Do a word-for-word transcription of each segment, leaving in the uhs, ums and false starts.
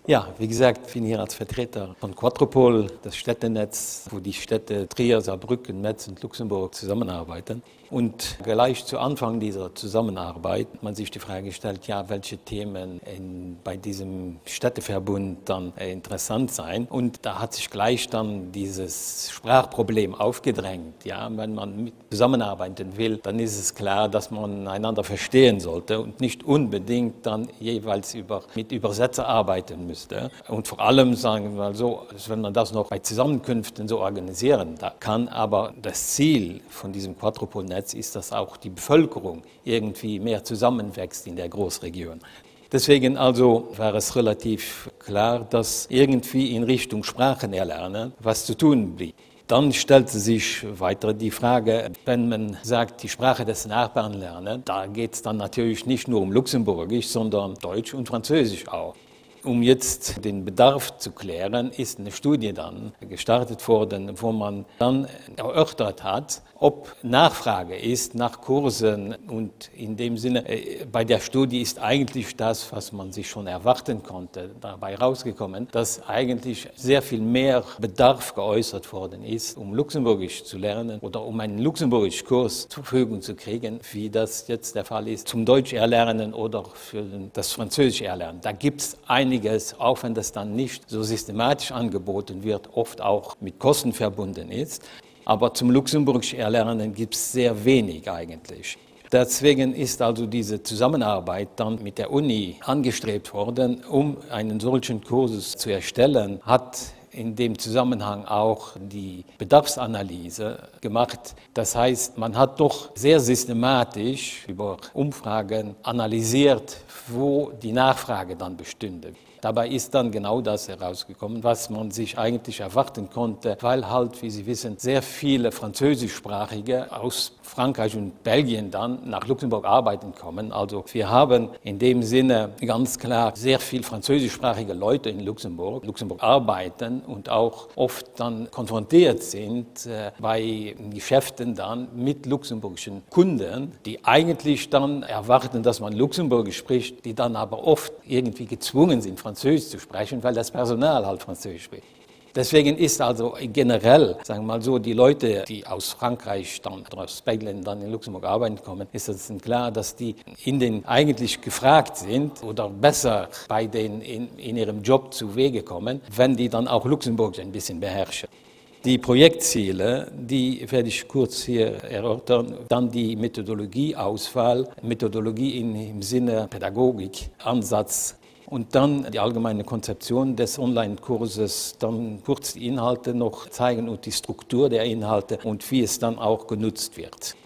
Ja, wie gesagt, ich bin hier als Vertreter von Quatropol, das Städtenetz, wo die Städte Trier, Saarbrücken, Metz und Luxemburg zusammenarbeiten. Und gleich zu Anfang dieser Zusammenarbeit hat man sich die Frage gestellt, ja, welche Themen in, bei diesem Städteverbund dann äh, interessant sein. Und da hat sich gleich dann dieses Sprachproblem aufgedrängt. Ja, wenn man mit zusammenarbeiten will, dann ist es klar, dass man einander verstehen sollte und nicht unbedingt dann jeweils über, mit Übersetzer arbeiten müsste. Und vor allem, sagen wir mal so, wenn man das noch bei Zusammenkünften so organisieren da kann, aber das Ziel von diesem Quatropol-Netz ist, dass auch die Bevölkerung irgendwie mehr zusammenwächst in der Großregion. Deswegen also war es relativ klar, dass irgendwie in Richtung Sprachen erlernen was zu tun blieb. Dann stellte sich weiter die Frage, wenn man sagt, die Sprache des Nachbarn lernen, da geht es dann natürlich nicht nur um Luxemburgisch, sondern Deutsch und Französisch auch. Um jetzt den Bedarf zu klären, ist eine Studie dann gestartet worden, wo man dann erörtert hat, ob Nachfrage ist nach Kursen. Und in dem Sinne, bei der Studie ist eigentlich das, was man sich schon erwarten konnte, dabei rausgekommen, dass eigentlich sehr viel mehr Bedarf geäußert worden ist, um Luxemburgisch zu lernen oder um einen Luxemburgisch-Kurs zur Verfügung zu kriegen, wie das jetzt der Fall ist, zum Deutsch erlernen oder für das Französisch erlernen. Da gibt es einiges, auch wenn das dann nicht so systematisch angeboten wird, oft auch mit Kosten verbunden ist. Aber zum Luxemburgisch erlernen gibt es sehr wenig eigentlich. Deswegen ist also diese Zusammenarbeit dann mit der Uni angestrebt worden, um einen solchen Kurs zu erstellen, hat in dem Zusammenhang auch die Bedarfsanalyse gemacht. Das heißt, man hat doch sehr systematisch über Umfragen analysiert, wo die Nachfrage dann bestünde. Dabei ist dann genau das herausgekommen, was man sich eigentlich erwarten konnte, weil halt, wie Sie wissen, sehr viele Französischsprachige aus Frankreich und Belgien dann nach Luxemburg arbeiten kommen. Also wir haben in dem Sinne ganz klar sehr viele französischsprachige Leute in Luxemburg, Luxemburg arbeiten und auch oft dann konfrontiert sind äh, bei Geschäften dann mit luxemburgischen Kunden, die eigentlich dann erwarten, dass man Luxemburgisch spricht, die dann aber oft irgendwie gezwungen sind, Französisch zu sprechen, weil das Personal halt Französisch spricht. Deswegen ist also generell, sagen wir mal so, die Leute, die aus Frankreich dann, oder aus Belgien dann in Luxemburg arbeiten kommen, ist es klar, dass die in den eigentlich gefragt sind oder besser bei denen in, in ihrem Job zu Wege kommen, wenn die dann auch Luxemburg ein bisschen beherrschen. Die Projektziele, die werde ich kurz hier erörtern. Dann die Methodologieauswahl, Methodologie im Sinne Pädagogik, Ansatz. Und dann die allgemeine Konzeption des Online-Kurses, dann kurz die Inhalte noch zeigen und die Struktur der Inhalte und wie es dann auch genutzt wird.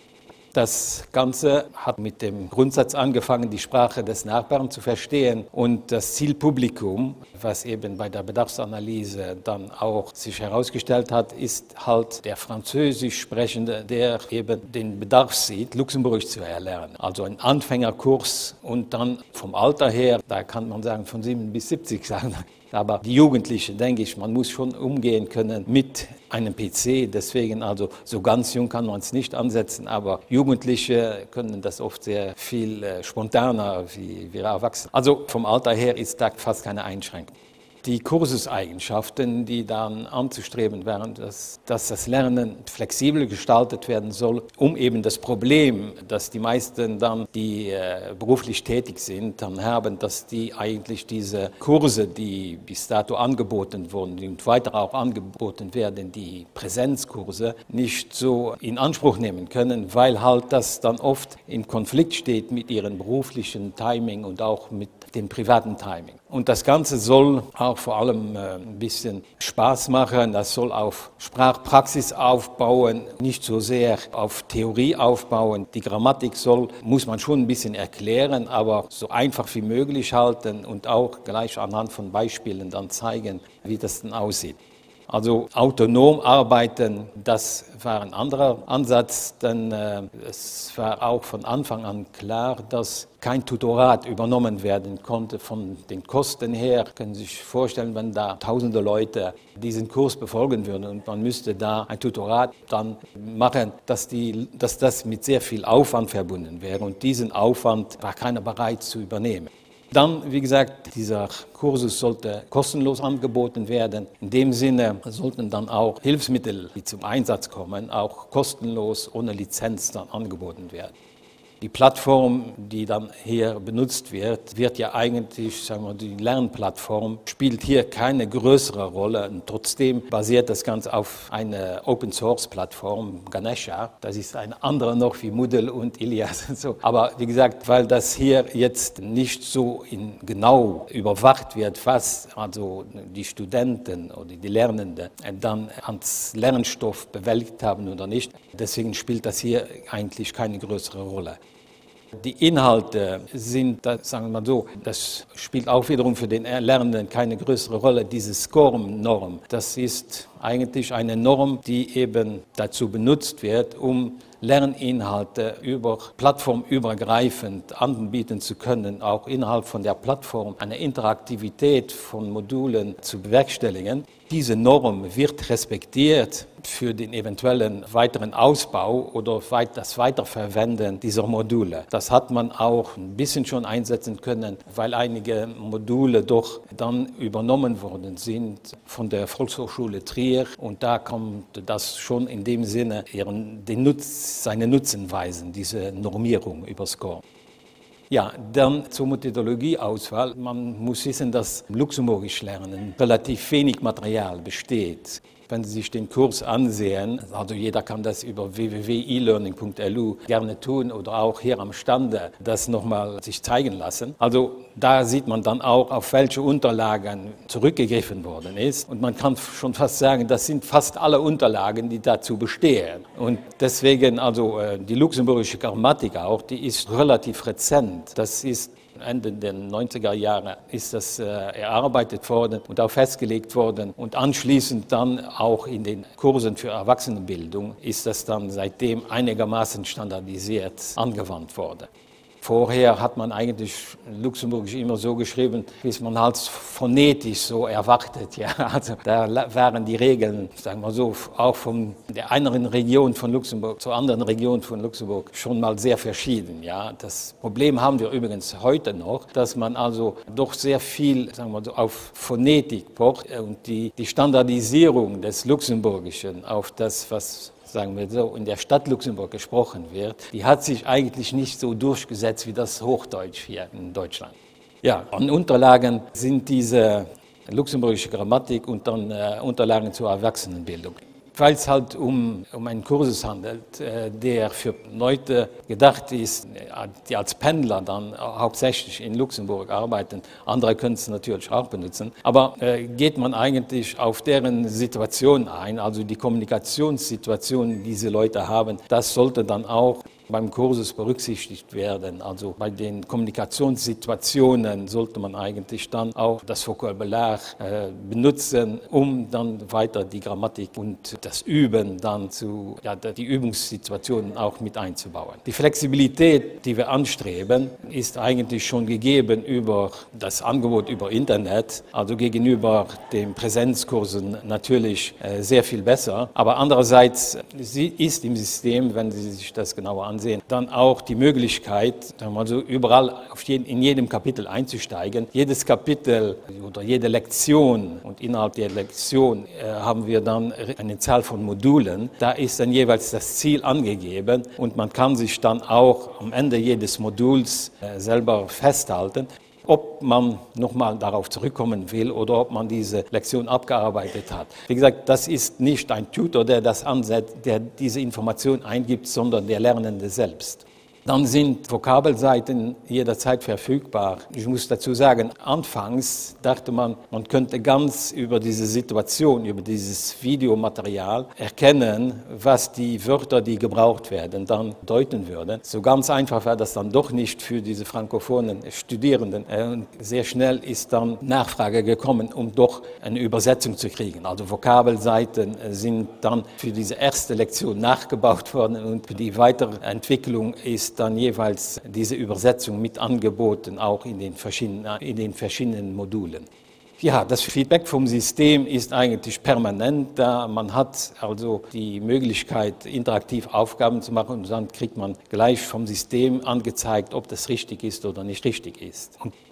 Das Ganze hat mit dem Grundsatz angefangen, die Sprache des Nachbarn zu verstehen und das Zielpublikum, was eben bei der Bedarfsanalyse dann auch sich herausgestellt hat, ist halt der Französisch Sprechende, der eben den Bedarf sieht, Luxemburgisch zu erlernen. Also ein Anfängerkurs und dann vom Alter her, da kann man sagen von sieben bis siebzig sagen. Aber die Jugendlichen, denke ich, man muss schon umgehen können mit einem P C. Deswegen also so ganz jung kann man es nicht ansetzen, aber Jugendliche können das oft sehr viel äh, spontaner wie wir Erwachsene. Also vom Alter her ist da fast keine Einschränkung. Die Kurseseigenschaften, die dann anzustreben wären, dass, dass das Lernen flexibel gestaltet werden soll, um eben das Problem, dass die meisten dann, die äh, beruflich tätig sind, dann haben, dass die eigentlich diese Kurse, die bis dato angeboten wurden und weiter auch angeboten werden, die Präsenzkurse, nicht so in Anspruch nehmen können, weil halt das dann oft in Konflikt steht mit ihrem beruflichen Timing und auch mit dem privaten Timing. Und das Ganze soll auch vor allem äh, ein bisschen Spaß machen, das soll auf Sprachpraxis aufbauen, nicht so sehr auf Theorie aufbauen. Die Grammatik soll, muss man schon ein bisschen erklären, aber so einfach wie möglich halten und auch gleich anhand von Beispielen dann zeigen, wie das denn aussieht. Also autonom arbeiten, das war ein anderer Ansatz, denn äh, es war auch von Anfang an klar, dass kein Tutorat übernommen werden konnte von den Kosten her. Können Sie sich vorstellen, wenn da tausende Leute diesen Kurs befolgen würden und man müsste da ein Tutorat dann machen, dass, die, dass das mit sehr viel Aufwand verbunden wäre und diesen Aufwand war keiner bereit zu übernehmen. Dann, wie gesagt, dieser Kursus sollte kostenlos angeboten werden. In dem Sinne sollten dann auch Hilfsmittel, die zum Einsatz kommen, auch kostenlos ohne Lizenz dann angeboten werden. Die Plattform, die dann hier benutzt wird, wird ja eigentlich, sagen wir, die Lernplattform spielt hier keine größere Rolle. Und trotzdem basiert das Ganze auf einer Open-Source-Plattform, Ganesha. Das ist eine andere noch wie Moodle und Ilias und so. Aber wie gesagt, weil das hier jetzt nicht so in genau überwacht wird, was also die Studenten oder die Lernenden dann ans Lernstoff bewältigt haben oder nicht, deswegen spielt das hier eigentlich keine größere Rolle. Die Inhalte sind, sagen wir mal so, das spielt auch wiederum für den Lernenden keine größere Rolle, diese SCORM-Norm. Das ist eigentlich eine Norm, die eben dazu benutzt wird, um Lerninhalte über plattformübergreifend anbieten zu können, auch innerhalb von der Plattform eine Interaktivität von Modulen zu bewerkstelligen. Diese Norm wird respektiert für den eventuellen weiteren Ausbau oder das Weiterverwenden dieser Module. Das hat man auch ein bisschen schon einsetzen können, weil einige Module doch dann übernommen worden sind von der Volkshochschule Trier und da kommt das schon in dem Sinne ihren, den Nutz, seine Nutzen weisen, diese Normierung über SCORM. Ja, dann zur Methodologieauswahl. Man muss wissen, dass Luxemburgisch lernen relativ wenig Material besteht. Wenn Sie sich den Kurs ansehen, also jeder kann das über w w w punkt e learning punkt l u gerne tun oder auch hier am Stande das nochmal sich zeigen lassen. Also da sieht man dann auch, auf welche Unterlagen zurückgegriffen worden ist. Und man kann schon fast sagen, das sind fast alle Unterlagen, die dazu bestehen. Und deswegen, also die luxemburgische Grammatik auch, die ist relativ rezent. Das ist Ende der neunziger Jahre ist das äh, erarbeitet worden und auch festgelegt worden. Und anschließend dann auch in den Kursen für Erwachsenenbildung ist das dann seitdem einigermaßen standardisiert angewandt worden. Vorher hat man eigentlich Luxemburgisch immer so geschrieben, wie es man halt phonetisch so erwartet. Ja. Also da waren die Regeln, sagen wir so, auch von der einen Region von Luxemburg zur anderen Region von Luxemburg schon mal sehr verschieden. Ja. Das Problem haben wir übrigens heute noch, dass man also doch sehr viel, sagen wir so, auf Phonetik pocht und die, die Standardisierung des Luxemburgischen auf das, was sagen wir so, in der Stadt Luxemburg gesprochen wird, die hat sich eigentlich nicht so durchgesetzt wie das Hochdeutsch hier in Deutschland. Ja, an Unterlagen sind diese luxemburgische Grammatik und dann äh, Unterlagen zur Erwachsenenbildung. Weil es halt um, um einen Kursus handelt, äh, der für Leute gedacht ist, die als Pendler dann hauptsächlich in Luxemburg arbeiten. Andere können es natürlich auch benutzen. Aber äh, geht man eigentlich auf deren Situation ein, also die Kommunikationssituation, die diese Leute haben, das sollte dann auch beim Kursus berücksichtigt werden. Also bei den Kommunikationssituationen sollte man eigentlich dann auch das Vokabular äh, benutzen, um dann weiter die Grammatik und das Üben dann zu, ja, die Übungssituationen auch mit einzubauen. Die Flexibilität, die wir anstreben, ist eigentlich schon gegeben über das Angebot über Internet, also gegenüber den Präsenzkursen natürlich äh, sehr viel besser. Aber andererseits ist im System, wenn Sie sich das genauer ansehen, Sehen, dann auch die Möglichkeit, also überall auf jeden, in jedem Kapitel einzusteigen. Jedes Kapitel oder jede Lektion und innerhalb der Lektion äh, haben wir dann eine Zahl von Modulen. Da ist dann jeweils das Ziel angegeben und man kann sich dann auch am Ende jedes Moduls äh, selber festhalten, ob man nochmal darauf zurückkommen will oder ob man diese Lektion abgearbeitet hat. Wie gesagt, das ist nicht ein Tutor, der das ansetzt, der diese Information eingibt, sondern der Lernende selbst. Dann sind Vokabelseiten jederzeit verfügbar. Ich muss dazu sagen, anfangs dachte man, man könnte ganz über diese Situation, über dieses Videomaterial erkennen, was die Wörter, die gebraucht werden, dann deuten würden. So ganz einfach war das dann doch nicht für diese frankophonen Studierenden. Und sehr schnell ist dann Nachfrage gekommen, um doch eine Übersetzung zu kriegen. Also Vokabelseiten sind dann für diese erste Lektion nachgebaut worden und für die weitere Entwicklung ist dann jeweils diese Übersetzung mit angeboten, auch in den verschiedenen, in den verschiedenen Modulen. Ja, das Feedback vom System ist eigentlich permanent da. Man hat also die Möglichkeit, interaktiv Aufgaben zu machen und dann kriegt man gleich vom System angezeigt, ob das richtig ist oder nicht richtig ist. Und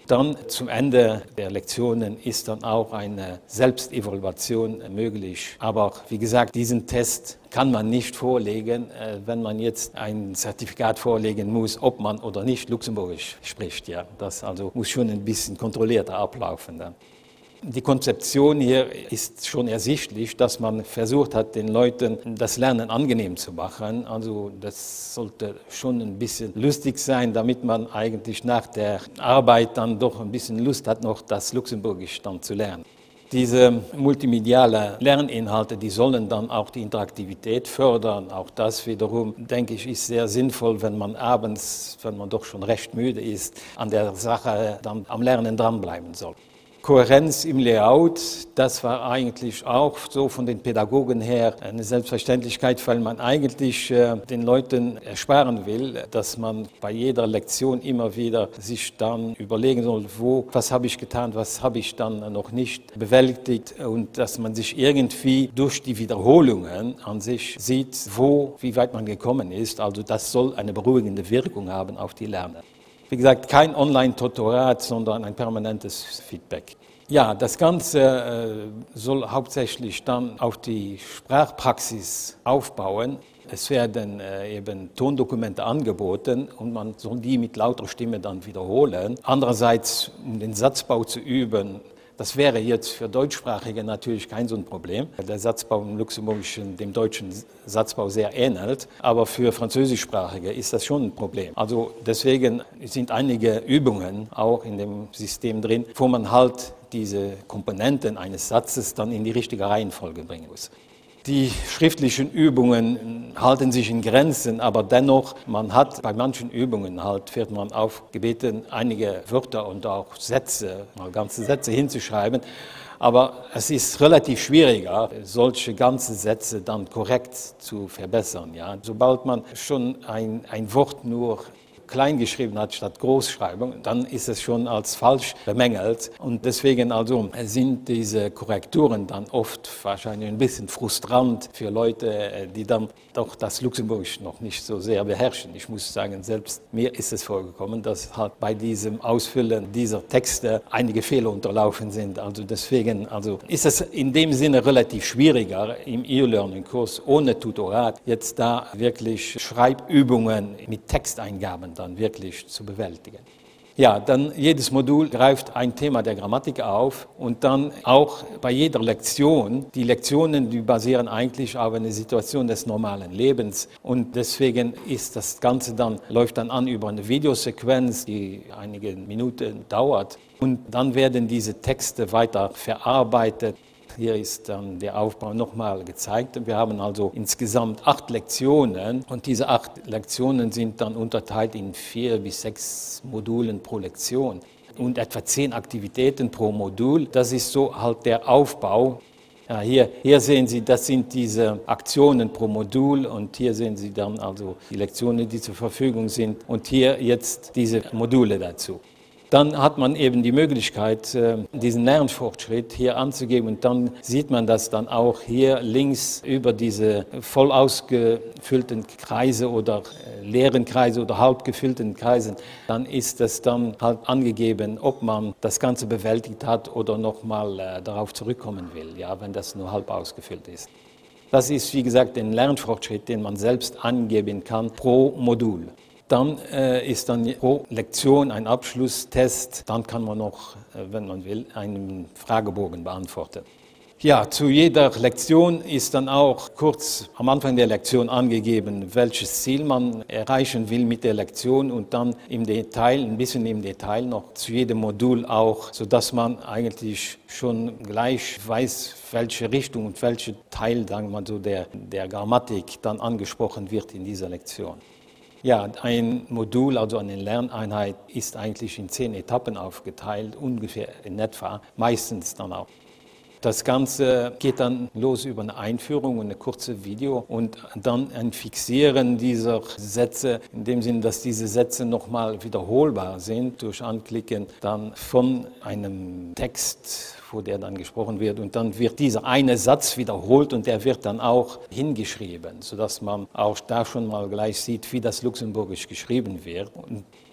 Dann zum Ende der Lektionen ist dann auch eine Selbstevaluation möglich. Aber wie gesagt, diesen Test kann man nicht vorlegen, wenn man jetzt ein Zertifikat vorlegen muss, ob man oder nicht Luxemburgisch spricht. Ja, das also muss schon ein bisschen kontrollierter ablaufen dann. Die Konzeption hier ist schon ersichtlich, dass man versucht hat, den Leuten das Lernen angenehm zu machen. Also das sollte schon ein bisschen lustig sein, damit man eigentlich nach der Arbeit dann doch ein bisschen Lust hat, noch das Luxemburgisch dann zu lernen. Diese multimediale Lerninhalte, die sollen dann auch die Interaktivität fördern. Auch das wiederum, denke ich, ist sehr sinnvoll, wenn man abends, wenn man doch schon recht müde ist, an der Sache dann am Lernen dranbleiben soll. Kohärenz im Layout, das war eigentlich auch so von den Pädagogen her eine Selbstverständlichkeit, weil man eigentlich äh, den Leuten ersparen will, dass man bei jeder Lektion immer wieder sich dann überlegen soll, wo, was habe ich getan, was habe ich dann noch nicht bewältigt und dass man sich irgendwie durch die Wiederholungen an sich sieht, wo, wie weit man gekommen ist. Also das soll eine beruhigende Wirkung haben auf die Lerner. Wie gesagt, kein Online-Tutorat, sondern ein permanentes Feedback. Ja, das Ganze äh, soll hauptsächlich dann auf die Sprachpraxis aufbauen. Es werden äh, eben Tondokumente angeboten und man soll die mit lauter Stimme dann wiederholen. Andererseits, um den Satzbau zu üben, das wäre jetzt für Deutschsprachige natürlich kein so ein Problem, weil der Satzbau im Luxemburgischen dem deutschen Satzbau sehr ähnelt. Aber für Französischsprachige ist das schon ein Problem. Also deswegen sind einige Übungen auch in dem System drin, wo man halt diese Komponenten eines Satzes dann in die richtige Reihenfolge bringen muss. Die schriftlichen Übungen halten sich in Grenzen, aber dennoch, man hat bei manchen Übungen halt, wird man aufgebeten, einige Wörter und auch Sätze, mal ganze Sätze hinzuschreiben. Aber es ist relativ schwieriger, solche ganze Sätze dann korrekt zu verbessern. Ja. Sobald man schon ein, ein Wort nur klein geschrieben hat statt Großschreibung, dann ist es schon als falsch bemängelt. Und deswegen also sind diese Korrekturen dann oft wahrscheinlich ein bisschen frustrant für Leute, die dann doch das Luxemburgisch noch nicht so sehr beherrschen. Ich muss sagen, selbst mir ist es vorgekommen, dass halt bei diesem Ausfüllen dieser Texte einige Fehler unterlaufen sind. Also deswegen also ist es in dem Sinne relativ schwieriger, im E-Learning-Kurs ohne Tutorat jetzt da wirklich Schreibübungen mit Texteingaben dann wirklich zu bewältigen. Ja, dann jedes Modul greift ein Thema der Grammatik auf und dann auch bei jeder Lektion. Die Lektionen, die basieren eigentlich auf einer Situation des normalen Lebens und deswegen ist das Ganze dann, läuft dann an über eine Videosequenz, die einige Minuten dauert und dann werden diese Texte weiter verarbeitet. Hier ist dann der Aufbau nochmal gezeigt. Wir haben also insgesamt acht Lektionen und diese acht Lektionen sind dann unterteilt in vier bis sechs Modulen pro Lektion und etwa zehn Aktivitäten pro Modul. Das ist so halt der Aufbau. Ja, hier, hier sehen Sie, das sind diese Aktionen pro Modul und hier sehen Sie dann also die Lektionen, die zur Verfügung sind und hier jetzt diese Module dazu. Dann hat man eben die Möglichkeit, diesen Lernfortschritt hier anzugeben und dann sieht man das dann auch hier links über diese voll ausgefüllten Kreise oder leeren Kreise oder halb gefüllten Kreisen. Dann ist es dann halt angegeben, ob man das Ganze bewältigt hat oder nochmal darauf zurückkommen will, ja, wenn das nur halb ausgefüllt ist. Das ist, wie gesagt, ein Lernfortschritt, den man selbst angeben kann pro Modul. Dann äh, ist dann pro Lektion ein Abschlusstest. Dann kann man noch, äh, wenn man will, einen Fragebogen beantworten. Ja, zu jeder Lektion ist dann auch kurz am Anfang der Lektion angegeben, welches Ziel man erreichen will mit der Lektion und dann im Detail, ein bisschen im Detail noch zu jedem Modul auch, sodass man eigentlich schon gleich weiß, welche Richtung und welcher Teil, sagen wir mal so, der, der Grammatik dann angesprochen wird in dieser Lektion. Ja, ein Modul, also eine Lerneinheit, ist eigentlich in zehn Etappen aufgeteilt, ungefähr in etwa, meistens dann auch. Das Ganze geht dann los über eine Einführung und eine kurze Video und dann ein Fixieren dieser Sätze, in dem Sinne, dass diese Sätze nochmal wiederholbar sind durch Anklicken dann von einem Text, wo der dann gesprochen wird und dann wird dieser eine Satz wiederholt und der wird dann auch hingeschrieben, sodass man auch da schon mal gleich sieht, wie das Luxemburgisch geschrieben wird. Und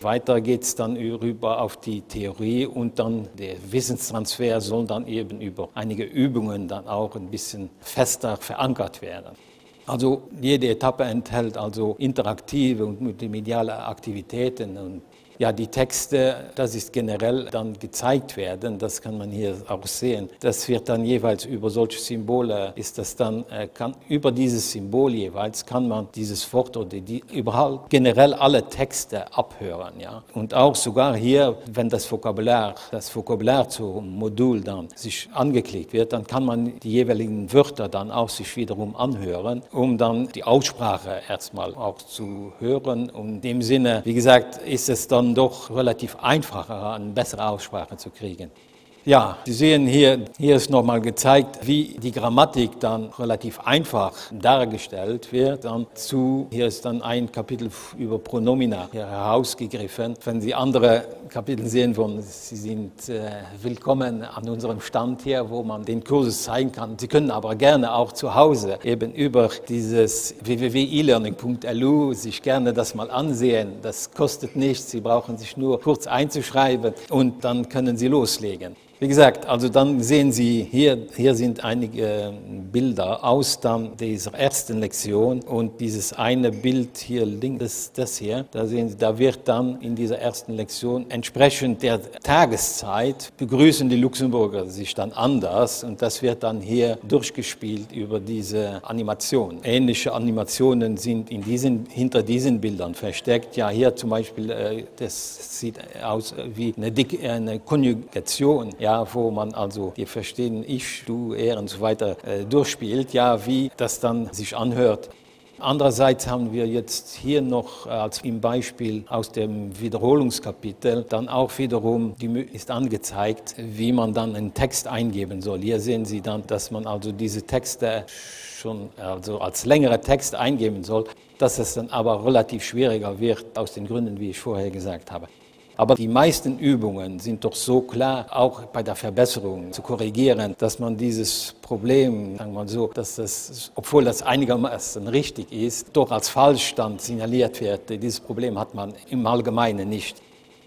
Weiter geht es dann rüber auf die Theorie und dann der Wissenstransfer soll dann eben über einige Übungen dann auch ein bisschen fester verankert werden. Also jede Etappe enthält also interaktive und multimediale Aktivitäten und ja, die Texte, das ist generell dann gezeigt werden, das kann man hier auch sehen. Das wird dann jeweils über solche Symbole, ist das dann, kann, über dieses Symbol jeweils kann man dieses Wort oder die, überhaupt generell alle Texte abhören. Ja. Und auch sogar hier, wenn das Vokabular, das Vokabular zum Modul dann sich angeklickt wird, dann kann man die jeweiligen Wörter dann auch sich wiederum anhören, um dann die Aussprache erstmal auch zu hören. Und in dem Sinne, wie gesagt, ist es dann doch relativ einfacher, eine bessere Aussprache zu kriegen. Ja, Sie sehen hier, hier ist nochmal gezeigt, wie die Grammatik dann relativ einfach dargestellt wird. Und zu, hier ist dann ein Kapitel über Pronomina herausgegriffen. Wenn Sie andere Kapitel sehen wollen, Sie sind äh, willkommen an unserem Stand hier, wo man den Kurs zeigen kann. Sie können aber gerne auch zu Hause eben über dieses w w w punkt e learning punkt l u sich gerne das mal ansehen. Das kostet nichts, Sie brauchen sich nur kurz einzuschreiben und dann können Sie loslegen. Wie gesagt, also dann sehen Sie, hier, hier sind einige Bilder aus dann dieser ersten Lektion und dieses eine Bild hier links, das, das hier, da sehen Sie, da wird dann in dieser ersten Lektion entsprechend der Tageszeit begrüßen die Luxemburger sich dann anders und das wird dann hier durchgespielt über diese Animation. Ähnliche Animationen sind in diesen, hinter diesen Bildern versteckt. Ja, hier zum Beispiel, das sieht aus wie eine, eine Konjugation. Ja, wo man also die verstehen ich, du, er und so weiter äh, durchspielt, ja, wie das dann sich anhört. Andererseits haben wir jetzt hier noch als im Beispiel aus dem Wiederholungskapitel dann auch wiederum die ist angezeigt, wie man dann einen Text eingeben soll. Hier sehen Sie dann, dass man also diese Texte schon also als längere Text eingeben soll, dass es dann aber relativ schwieriger wird aus den Gründen, wie ich vorher gesagt habe. Aber die meisten Übungen sind doch so klar, auch bei der Verbesserung zu korrigieren, dass man dieses Problem, sagen wir mal so, dass das, obwohl das einigermaßen richtig ist, doch als falsch dann signaliert wird. Dieses Problem hat man im Allgemeinen nicht.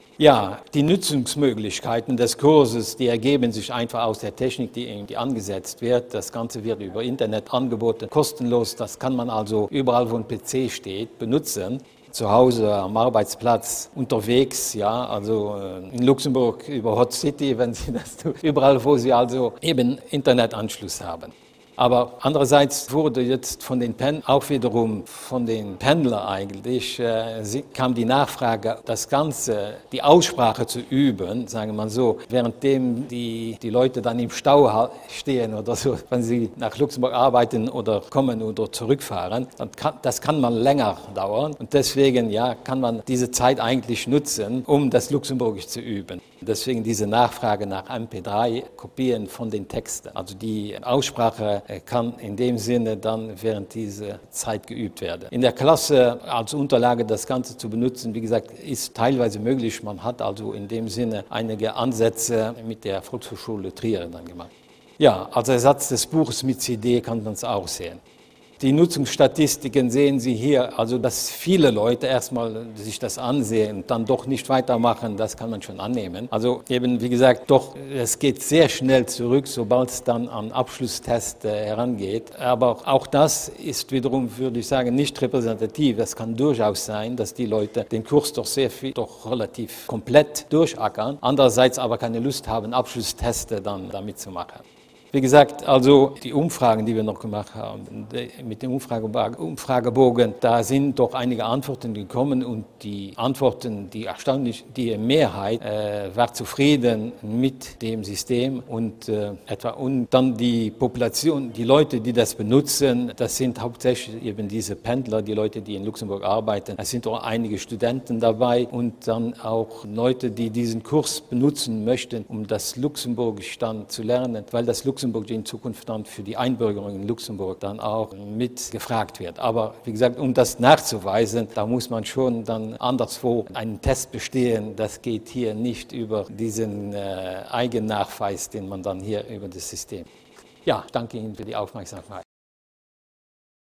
Ja, die Nutzungsmöglichkeiten des Kurses, die ergeben sich einfach aus der Technik, die, die angesetzt wird. Das Ganze wird über Internet angeboten, kostenlos. Das kann man also überall, wo ein P C steht, benutzen. Zu Hause, am Arbeitsplatz, unterwegs, ja, also in Luxemburg über Hot City, wenn Sie das tun, überall, wo Sie also eben Internetanschluss haben. Aber andererseits wurde jetzt von den Pen auch wiederum von den Pendlern eigentlich äh, kam die Nachfrage, das Ganze, die Aussprache zu üben, sagen wir mal so, währenddem die, die Leute dann im Stau stehen oder so, wenn sie nach Luxemburg arbeiten oder kommen oder zurückfahren, dann kann, das kann man länger dauern und deswegen ja, kann man diese Zeit eigentlich nutzen, um das Luxemburgisch zu üben. Deswegen diese Nachfrage nach M P drei Kopien von den Texten. Also die Aussprache kann in dem Sinne dann während dieser Zeit geübt werden. In der Klasse als Unterlage das Ganze zu benutzen, wie gesagt, ist teilweise möglich. Man hat also in dem Sinne einige Ansätze mit der Volkshochschule Trier dann gemacht. Ja, als Ersatz des Buches mit C D kann man es auch sehen. Die Nutzungsstatistiken sehen Sie hier, also dass viele Leute erstmal sich das ansehen und dann doch nicht weitermachen, das kann man schon annehmen. Also eben, wie gesagt, doch, es geht sehr schnell zurück, sobald es dann an Abschlusstests äh, herangeht. Aber auch das ist wiederum, würde ich sagen, nicht repräsentativ. Es kann durchaus sein, dass die Leute den Kurs doch sehr viel, doch relativ komplett durchackern, andererseits aber keine Lust haben, Abschlusstests dann damit zu machen. Wie gesagt, also die Umfragen, die wir noch gemacht haben, mit dem Umfragebogen, da sind doch einige Antworten gekommen und die Antworten, die erstaunlich, die Mehrheit äh, war zufrieden mit dem System und äh, etwa und dann die Population, die Leute, die das benutzen, das sind hauptsächlich eben diese Pendler, die Leute, die in Luxemburg arbeiten. Es sind auch einige Studenten dabei und dann auch Leute, die diesen Kurs benutzen möchten, um das Luxemburgisch dann zu lernen, weil das Luxemburg in Zukunft dann für die Einbürgerung in Luxemburg dann auch mit gefragt wird. Aber wie gesagt, um das nachzuweisen, da muss man schon dann anderswo einen Test bestehen. Das geht hier nicht über diesen äh, Eigennachweis, den man dann hier über das System. Ja, danke Ihnen für die Aufmerksamkeit.